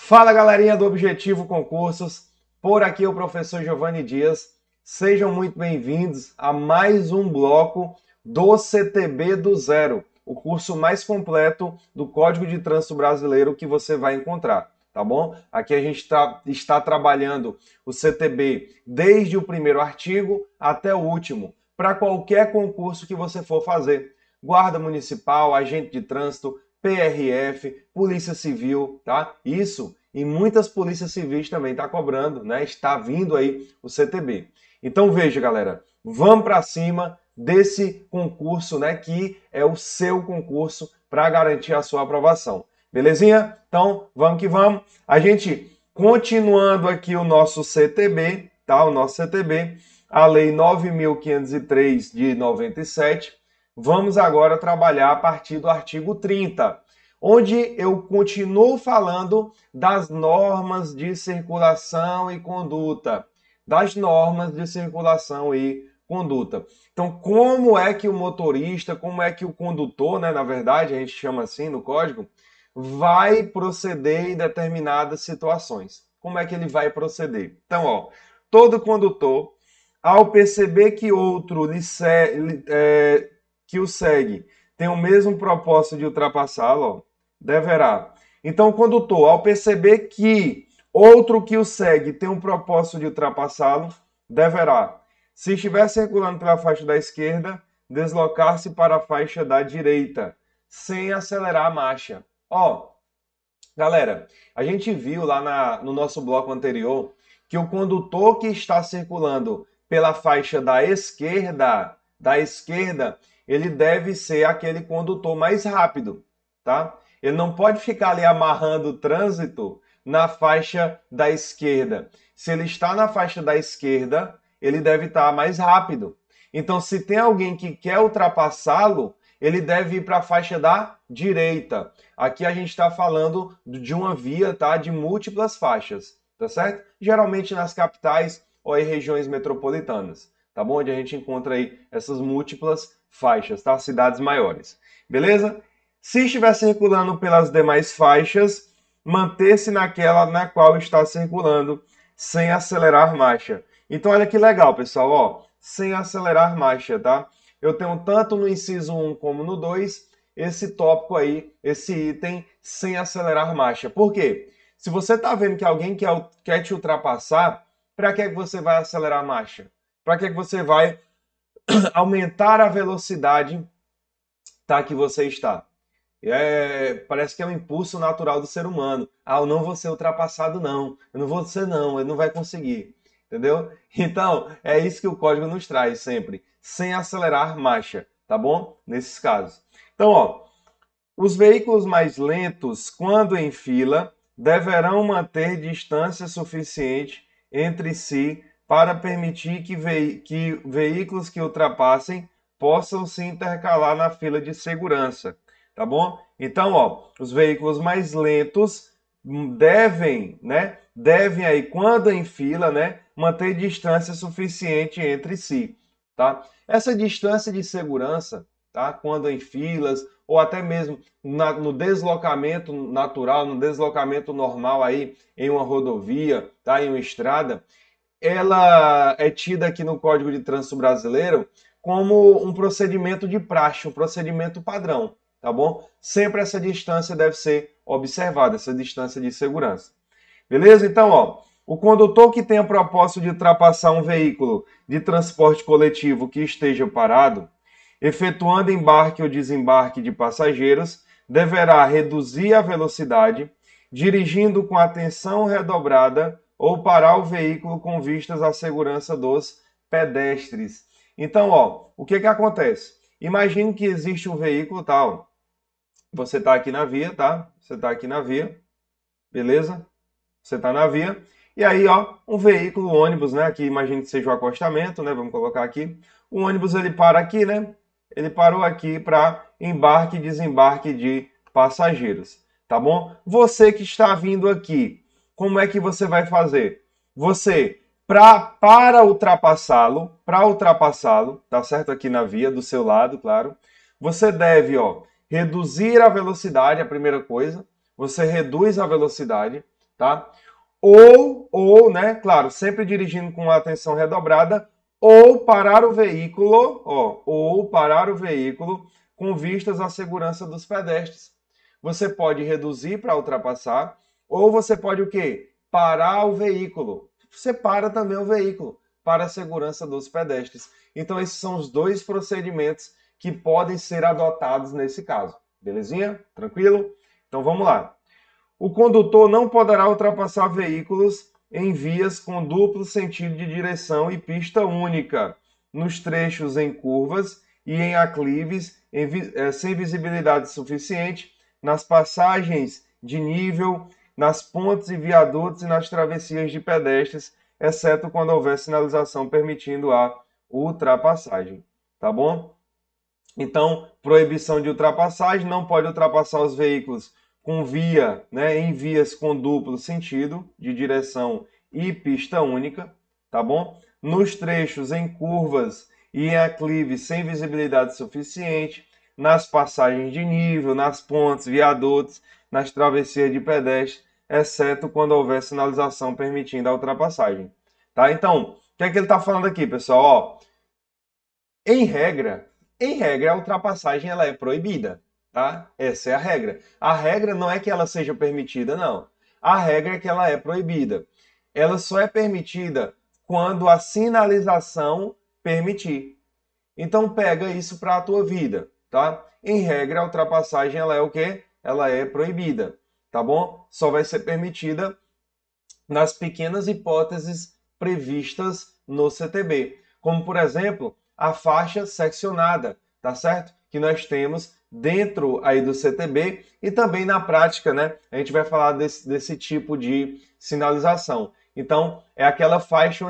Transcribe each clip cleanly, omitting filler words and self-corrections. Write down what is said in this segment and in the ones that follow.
Fala galerinha do Objetivo Concursos, por aqui é o professor Giovanni Dias. Sejam muito bem-vindos a mais um bloco do CTB do Zero, o curso mais completo do Código de Trânsito Brasileiro que você vai encontrar, tá bom? Aqui a gente está trabalhando o CTB desde o primeiro artigo até o último, para qualquer concurso que você for fazer. Guarda Municipal, Agente de Trânsito, PRF, Polícia Civil, tá? Isso, e muitas polícias civis também está cobrando, né? Está vindo aí o CTB. Então veja, galera, vamos para cima desse concurso, né? Que é o seu concurso para garantir a sua aprovação. Belezinha? Então, vamos que vamos. A gente, continuando aqui o nosso CTB, tá? O nosso CTB, a Lei 9.503 de 97, vamos agora trabalhar a partir do artigo 30, onde eu continuo falando das normas de circulação e conduta. Das normas de circulação e conduta. Então, como é que o motorista, como é que o condutor, né, na verdade, a gente chama assim no código, vai proceder em determinadas situações? Como é que ele vai proceder? Então, ó, todo condutor, ao perceber que outro que o segue tem o mesmo propósito de ultrapassá-lo, deverá. Então, o condutor, ao perceber que outro que o segue tem um propósito de ultrapassá-lo, deverá, se estiver circulando pela faixa da esquerda, deslocar-se para a faixa da direita, sem acelerar a marcha. Ó, galera, a gente viu lá no nosso bloco anterior que o condutor que está circulando pela faixa da esquerda, ele deve ser aquele condutor mais rápido, tá? Ele não pode ficar ali amarrando o trânsito na faixa da esquerda. Se ele está na faixa da esquerda, ele deve estar mais rápido. Então, se tem alguém que quer ultrapassá-lo, ele deve ir para a faixa da direita. Aqui a gente está falando de uma via, tá? De múltiplas faixas, tá certo? Geralmente nas capitais ou em regiões metropolitanas, tá bom? Onde a gente encontra aí essas múltiplas faixas, tá? Cidades maiores, beleza? Se estiver circulando pelas demais faixas, manter-se naquela na qual está circulando, sem acelerar marcha. Então, olha que legal, pessoal, ó, sem acelerar marcha, tá? Eu tenho tanto no inciso 1 como no 2, esse tópico aí, esse item, sem acelerar marcha. Por quê? Se você está vendo que alguém quer te ultrapassar, para que você vai acelerar a marcha? Para que você vai aumentar a velocidade, tá, que você está? Parece que é um impulso natural do ser humano. Ah, eu não vou ser ultrapassado, não. Eu não vou ser, não. Ele não vai conseguir. Entendeu? Então, é isso que o código nos traz sempre. Sem acelerar marcha, tá bom? Nesses casos. Então, ó, os veículos mais lentos, quando em fila, deverão manter distância suficiente entre si para permitir que veículos que ultrapassem possam se intercalar na fila de segurança, tá bom? Então, ó, os veículos mais lentos devem aí, quando em fila, né, manter distância suficiente entre si, tá? Essa distância de segurança, tá? Quando em filas ou até mesmo no deslocamento natural, no deslocamento normal aí em uma rodovia, tá? Em uma estrada, ela é tida aqui no Código de Trânsito Brasileiro como um procedimento de praxe, um procedimento padrão, tá bom? Sempre essa distância deve ser observada, essa distância de segurança. Beleza? Então, ó, o condutor que tenha propósito de ultrapassar um veículo de transporte coletivo que esteja parado, efetuando embarque ou desembarque de passageiros, deverá reduzir a velocidade, dirigindo com atenção redobrada ou parar o veículo com vistas à segurança dos pedestres. Então, ó, o que acontece? Imagine que existe um veículo tal. Você está aqui na via, tá? Você está aqui na via, beleza? Você está na via. E aí, ó, um veículo, um ônibus, né? Aqui, imagine que seja o acostamento, né? Vamos colocar aqui. O ônibus, ele para aqui, né? Ele parou aqui para embarque e desembarque de passageiros, tá bom? Você que está vindo aqui, como é que você vai fazer? Você, para ultrapassá-lo, tá certo? Aqui na via, do seu lado, claro. Você deve, ó, reduzir a velocidade, a primeira coisa. Você reduz a velocidade, tá? Né, claro, sempre dirigindo com atenção redobrada, ou parar o veículo, ó, ou parar o veículo com vistas à segurança dos pedestres. Você pode reduzir para ultrapassar, ou você pode o quê? Parar o veículo. Você para também o veículo para a segurança dos pedestres. Então, esses são os dois procedimentos que podem ser adotados nesse caso. Belezinha? Tranquilo? Então, vamos lá. O condutor não poderá ultrapassar veículos em vias com duplo sentido de direção e pista única, nos trechos em curvas e em aclives sem visibilidade suficiente, nas passagens de nível, nas pontes e viadutos e nas travessias de pedestres, exceto quando houver sinalização permitindo a ultrapassagem. Tá bom? Então, proibição de ultrapassagem, não pode ultrapassar os veículos com via, né, em vias com duplo sentido de direção e pista única, tá bom? Nos trechos em curvas e em aclives sem visibilidade suficiente, nas passagens de nível, nas pontes, viadutos, nas travessias de pedestre, exceto quando houver sinalização permitindo a ultrapassagem, tá? Então, o que é que ele está falando aqui, pessoal? Ó, em regra, a ultrapassagem ela é proibida, tá? Essa é a regra. A regra não é que ela seja permitida, não. A regra é que ela é proibida. Ela só é permitida quando a sinalização permitir. Então pega isso para a tua vida, tá? Em regra, a ultrapassagem ela é o quê? Ela é proibida, tá bom? Só vai ser permitida nas pequenas hipóteses previstas no CTB, como por exemplo, a faixa seccionada, tá certo? Que nós temos dentro aí do CTB e também na prática, né? A gente vai falar desse tipo de sinalização. Então, é aquela faixa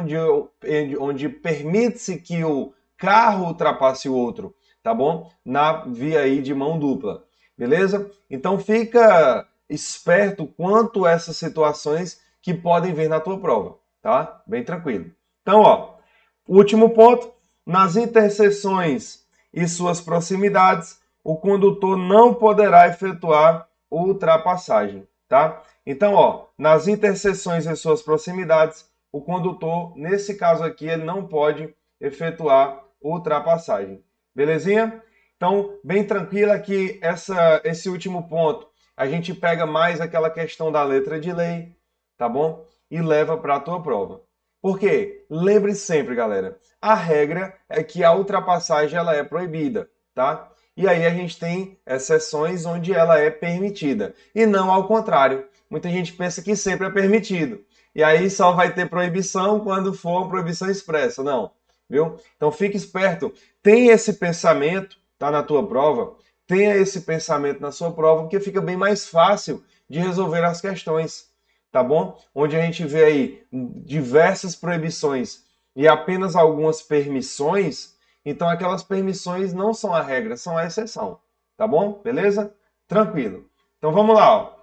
onde permite-se que o carro ultrapasse o outro, tá bom? Na via aí de mão dupla, beleza? Então, fica esperto quanto a essas situações que podem vir na tua prova, tá? Bem tranquilo. Então, ó, último ponto, nas interseções e suas proximidades, o condutor não poderá efetuar ultrapassagem, tá? Então, ó, nas interseções e suas proximidades, o condutor, nesse caso aqui, ele não pode efetuar ultrapassagem. Belezinha? Então, bem tranquila que esse último ponto, a gente pega mais aquela questão da letra de lei, tá bom? E leva para a tua prova. Por quê? Lembre sempre, galera, a regra é que a ultrapassagem ela é proibida, tá? E aí a gente tem exceções onde ela é permitida. E não ao contrário. Muita gente pensa que sempre é permitido. E aí só vai ter proibição quando for uma proibição expressa. Não, viu? Então fique esperto. Tenha esse pensamento, tá, na tua prova. Tenha esse pensamento na sua prova, porque fica bem mais fácil de resolver as questões, tá bom? Onde a gente vê aí diversas proibições e apenas algumas permissões, então aquelas permissões não são a regra, são a exceção, tá bom? Beleza? Tranquilo. Então vamos lá, ó.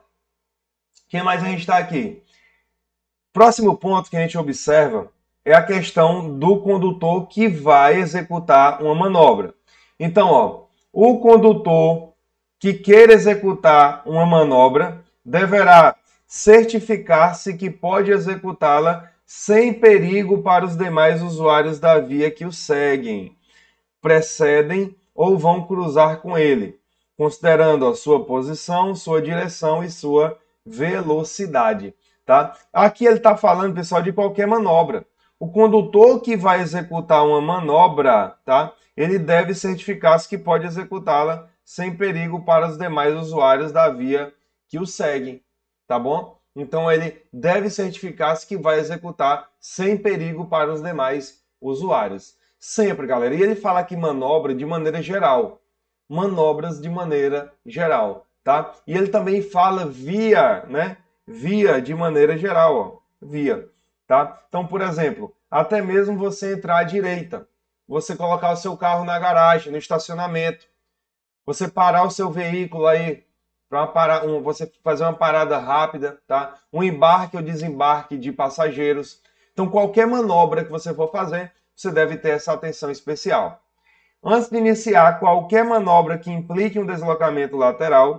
Quem mais a gente está aqui? Próximo ponto que a gente observa é a questão do condutor que vai executar uma manobra. Então, ó, o condutor que queira executar uma manobra deverá certificar-se que pode executá-la sem perigo para os demais usuários da via que o seguem, precedem ou vão cruzar com ele, considerando a sua posição, sua direção e sua velocidade. Tá? Aqui ele está falando, pessoal, de qualquer manobra. O condutor que vai executar uma manobra, tá? Ele deve certificar-se que pode executá-la sem perigo para os demais usuários da via que o seguem, tá bom? Então ele deve certificar-se que vai executar sem perigo para os demais usuários. Sempre, galera. E ele fala aqui manobra de maneira geral. Manobras de maneira geral, tá? E ele também fala via, né? Via de maneira geral, ó. Via, tá? Então, por exemplo, até mesmo você entrar à direita, você colocar o seu carro na garagem, no estacionamento, você parar o seu veículo aí para você fazer uma parada rápida, tá? Um embarque ou desembarque de passageiros. Então, qualquer manobra que você for fazer, você deve ter essa atenção especial. Antes de iniciar qualquer manobra que implique um deslocamento lateral,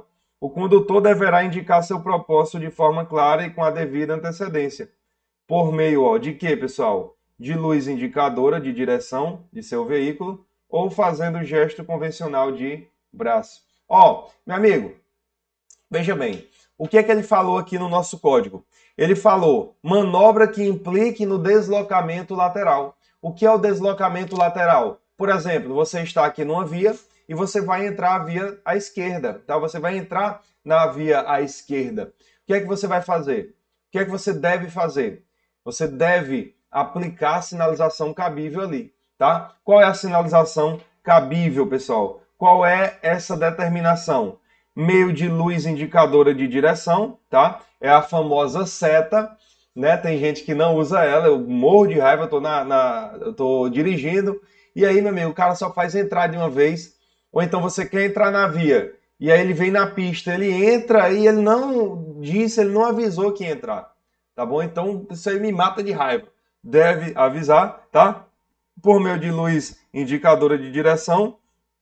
O condutor deverá indicar seu propósito de forma clara e com a devida antecedência. Por meio, ó, de quê, pessoal? De luz indicadora de direção de seu veículo ou fazendo gesto convencional de braço. Ó, meu amigo, veja bem, o que é que ele falou aqui no nosso código? Ele falou manobra que implique no deslocamento lateral. O que é o deslocamento lateral? Por exemplo, você está aqui numa via e você vai entrar a via à esquerda, tá? Você vai entrar na via à esquerda. O que é que você vai fazer? O que é que você deve fazer? Você deve aplicar a sinalização cabível ali, tá? Qual é a sinalização cabível, pessoal? Qual é essa determinação? Meio de luz indicadora de direção, tá? É a famosa seta, né? Tem gente que não usa ela, eu morro de raiva, eu tô dirigindo, e aí, meu amigo, o cara só faz entrar de uma vez, ou então você quer entrar na via, e aí ele vem na pista, ele entra e ele não disse, ele não avisou que ia entrar, tá bom? Então, isso aí me mata de raiva. Deve avisar, tá? Por meio de luz indicadora de direção,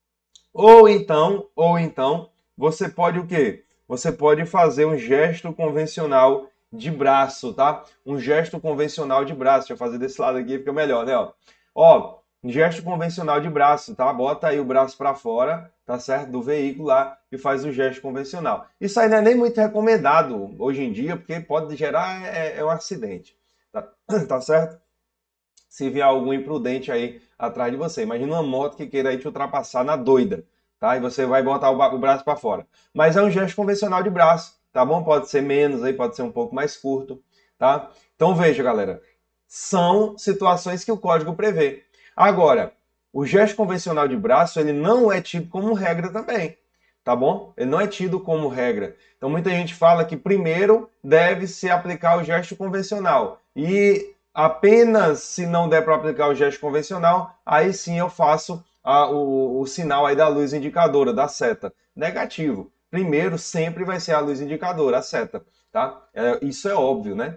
ou então, você pode o quê? Você pode fazer um gesto convencional de braço, tá? Um gesto convencional de braço. Deixa eu fazer desse lado aqui, fica melhor, né? Ó, um gesto convencional de braço, tá? Bota aí o braço para fora, tá certo? Do veículo lá e faz o gesto convencional. Isso aí não é nem muito recomendado hoje em dia, porque pode gerar um acidente, tá? Tá certo? Se vier algum imprudente aí atrás de você. Imagina uma moto que queira aí te ultrapassar na doida, tá? E você vai botar o braço para fora. Mas é um gesto convencional de braço, tá bom? Pode ser menos aí, pode ser um pouco mais curto, tá? Então veja, galera, são situações que o código prevê. Agora, o gesto convencional de braço, ele não é tido como regra também, tá bom? Ele não é tido como regra. Então muita gente fala que primeiro deve se aplicar o gesto convencional e apenas se não der para aplicar o gesto convencional, aí sim eu faço o sinal aí da luz indicadora, da seta. Negativo. Primeiro sempre vai ser a luz indicadora, a seta, tá? Isso é óbvio, né?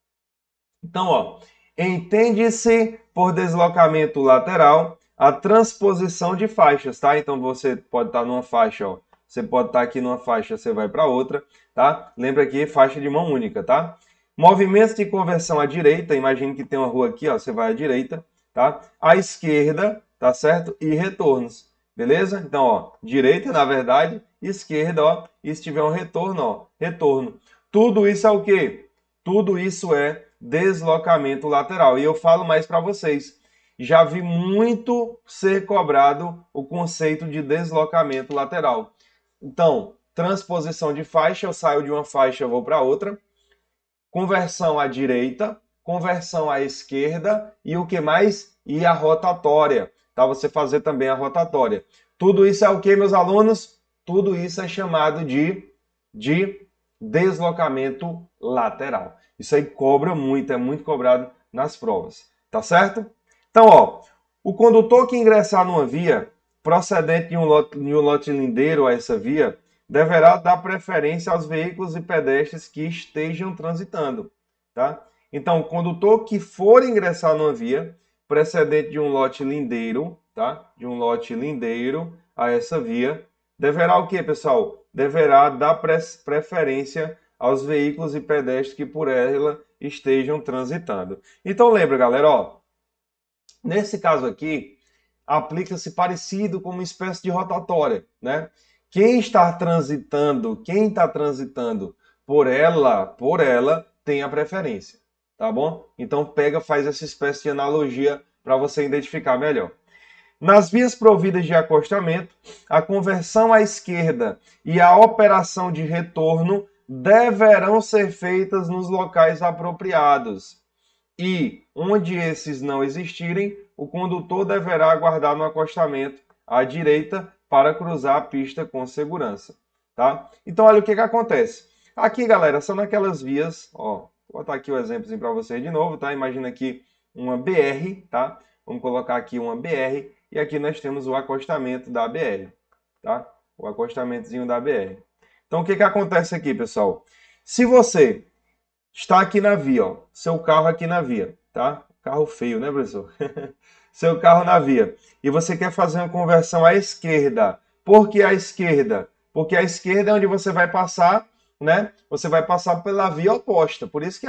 Então, ó, entende-se por deslocamento lateral a transposição de faixas, tá? Então você pode estar numa faixa, ó. Você pode estar aqui numa faixa, você vai para outra, tá? Lembra que faixa de mão única, tá? Movimentos de conversão à direita, imagine que tem uma rua aqui, ó, você vai à direita, tá? À esquerda, tá certo? E retornos, beleza? Então, ó, direita, na verdade, esquerda, ó, e se tiver um retorno, ó, retorno. Tudo isso é o quê? Tudo isso é deslocamento lateral. E eu falo mais para vocês. Já vi muito ser cobrado o conceito de deslocamento lateral. Então, transposição de faixa, eu saio de uma faixa, eu vou para outra. Conversão à direita, conversão à esquerda e o que mais? E a rotatória. Tá? Você fazer também a rotatória. Tudo isso é o que, meus alunos? Tudo isso é chamado de deslocamento lateral. Isso aí cobra muito, é muito cobrado nas provas, tá certo? Então, ó, o condutor que ingressar numa via procedente de um lote lindeiro a essa via deverá dar preferência aos veículos e pedestres que estejam transitando, tá? Então, o condutor que for ingressar numa via precedente de um lote lindeiro, tá? De um lote lindeiro a essa via, deverá o quê, pessoal? Deverá dar preferência aos veículos e pedestres que por ela estejam transitando. Então lembra, galera, ó, nesse caso aqui, aplica-se parecido com uma espécie de rotatória, né? Quem está transitando por ela tem a preferência, tá bom? Então pega, faz essa espécie de analogia para você identificar melhor. Nas vias providas de acostamento, a conversão à esquerda e a operação de retorno deverão ser feitas nos locais apropriados. E, onde esses não existirem, o condutor deverá aguardar no acostamento à direita para cruzar a pista com segurança. Tá? Então, olha o que acontece. Aqui, galera, são naquelas vias, ó, vou botar aqui o exemplo para vocês de novo, tá? Imagina aqui uma BR, tá? Vamos colocar aqui uma BR e aqui nós temos o acostamento da BR, tá? O acostamentozinho da BR. Então, o que acontece aqui, pessoal? Se você está aqui na via, ó, seu carro aqui na via, tá? Carro feio, né, professor? Seu carro na via. E você quer fazer uma conversão à esquerda. Por que à esquerda? Porque a esquerda é onde você vai passar, né? Você vai passar pela via oposta. Por isso que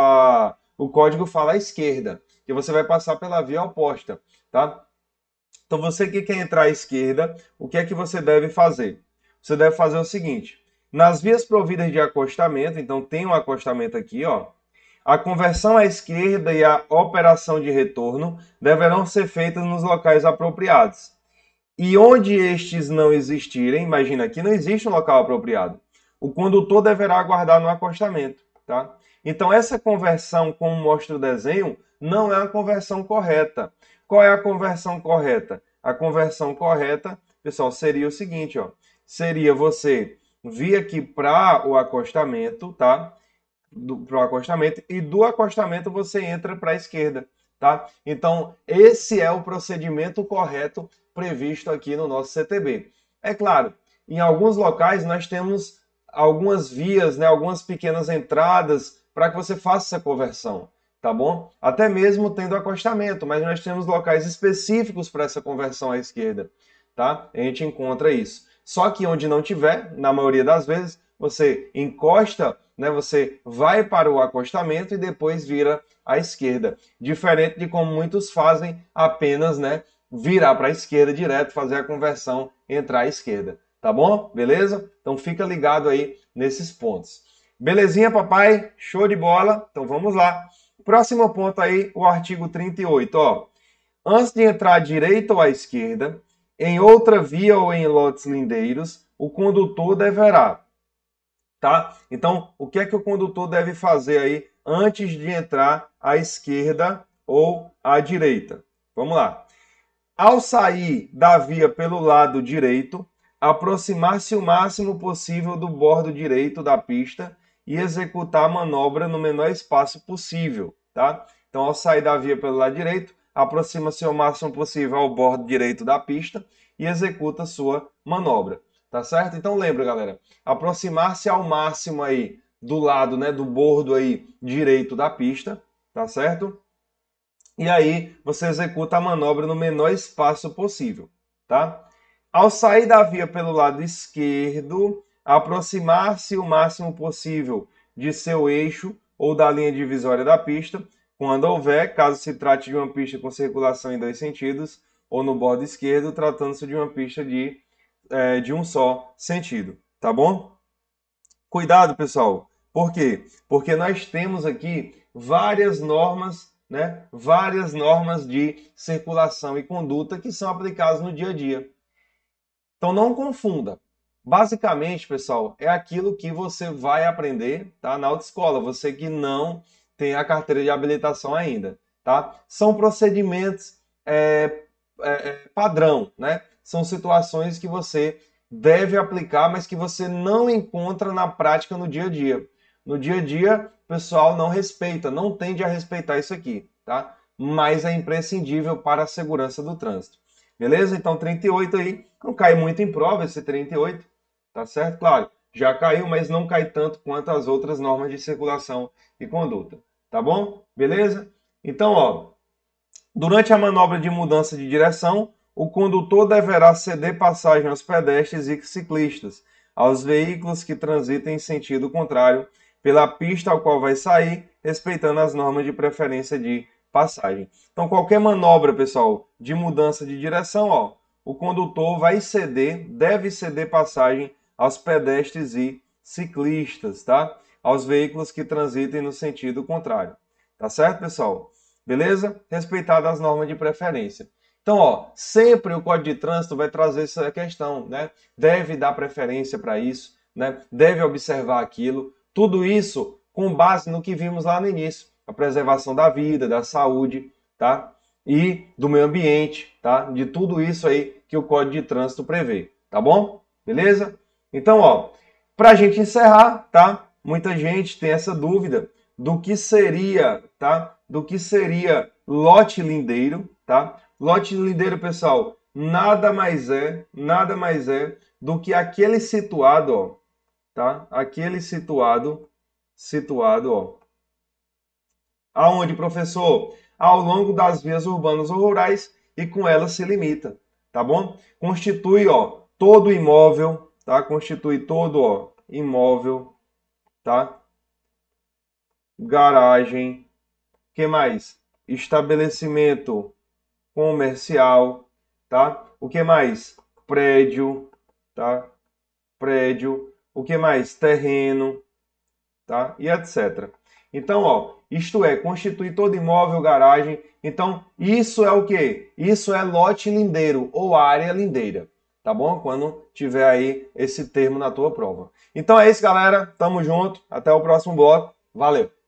o código fala à esquerda, que você vai passar pela via oposta, tá? Então você que quer entrar à esquerda, o que é que você deve fazer? Você deve fazer o seguinte: nas vias providas de acostamento, então tem um acostamento aqui, ó. A conversão à esquerda e a operação de retorno deverão ser feitas nos locais apropriados. E onde estes não existirem, imagina, aqui não existe um local apropriado. O condutor deverá aguardar no acostamento, tá? Então essa conversão, como mostra o desenho, não é a conversão correta. Qual é a conversão correta? A conversão correta, pessoal, seria o seguinte, ó. Seria você vir aqui para o acostamento, tá? Para o acostamento, e do acostamento você entra para a esquerda, tá? Então, esse é o procedimento correto previsto aqui no nosso CTB. É claro, em alguns locais nós temos algumas vias, né, algumas pequenas entradas para que você faça essa conversão, tá bom? Até mesmo tendo acostamento, mas nós temos locais específicos para essa conversão à esquerda, tá? A gente encontra isso. Só que onde não tiver, na maioria das vezes, você encosta, né, você vai para o acostamento e depois vira à esquerda. Diferente de como muitos fazem, apenas, né, virar para a esquerda direto, fazer a conversão, entrar à esquerda. Tá bom? Beleza? Então fica ligado aí nesses pontos. Belezinha, papai? Show de bola? Então vamos lá. Próximo ponto aí, o artigo 38, ó. Antes de entrar à direita ou à esquerda, em outra via ou em lotes lindeiros, o condutor deverá, tá? Então, o que é que o condutor deve fazer aí antes de entrar à esquerda ou à direita? Vamos lá. Ao sair da via pelo lado direito, aproximar-se o máximo possível do bordo direito da pista e executar a manobra no menor espaço possível, tá? Então, ao sair da via pelo lado direito, aproxima-se o máximo possível ao bordo direito da pista e executa a sua manobra, tá certo? Então, lembra, galera, aproximar-se ao máximo aí do lado, né, do bordo aí direito da pista, tá certo? E aí você executa a manobra no menor espaço possível, tá? Ao sair da via pelo lado esquerdo, aproximar-se o máximo possível de seu eixo ou da linha divisória da pista, quando houver, caso se trate de uma pista com circulação em dois sentidos, ou no bordo esquerdo, tratando-se de uma pista de um só sentido, tá bom? Cuidado, pessoal. Por quê? Porque nós temos aqui várias normas, né? Várias normas de circulação e conduta que são aplicadas no dia a dia. Então não confunda. Basicamente, pessoal, é aquilo que você vai aprender, tá, na autoescola, você que não tem a carteira de habilitação ainda, tá? São procedimentos padrão, né? São situações que você deve aplicar, mas que você não encontra na prática no dia a dia. No dia a dia, o pessoal não respeita, não tende a respeitar isso aqui, tá? Mas é imprescindível para a segurança do trânsito. Beleza? Então, 38 aí, não cai muito em prova esse 38, tá certo? Claro, já caiu, mas não cai tanto quanto as outras normas de circulação e conduta, tá bom? Beleza? Então, ó, durante a manobra de mudança de direção, o condutor deverá ceder passagem aos pedestres e ciclistas, aos veículos que transitem em sentido contrário pela pista ao qual vai sair, respeitando as normas de preferência de passagem. Então, qualquer manobra, pessoal, de mudança de direção, ó, o condutor vai ceder, deve ceder passagem aos pedestres e ciclistas, tá? Aos veículos que transitem no sentido contrário. Tá certo, pessoal? Beleza? Respeitadas as normas de preferência. Então, ó, sempre o Código de Trânsito vai trazer essa questão, né? Deve dar preferência para isso, né? Deve observar aquilo. Tudo isso com base no que vimos lá no início, a preservação da vida, da saúde, tá? E do meio ambiente, tá? De tudo isso aí que o Código de Trânsito prevê, tá bom? Beleza? Então, ó, para a gente encerrar, tá? Muita gente tem essa dúvida do que seria, tá? Do que seria lote lindeiro, tá? Lote lindeiro, pessoal, nada mais é do que aquele situado, ó, tá? Aquele situado, ó. Aonde, professor? Ao longo das vias urbanas ou rurais e com elas se limita, tá bom? Constitui, ó, todo imóvel, tá? Constitui todo, ó, imóvel, tá? Garagem, que mais? Estabelecimento comercial, tá? O que mais? Prédio, tá? Prédio, o que mais? Terreno, tá? E etc. Então, ó, isto é, constitui todo imóvel, garagem. Então, isso é o quê? Isso é lote lindeiro ou área lindeira, tá bom? Quando tiver aí esse termo na tua prova. Então é isso, galera. Tamo junto. Até o próximo bloco. Valeu!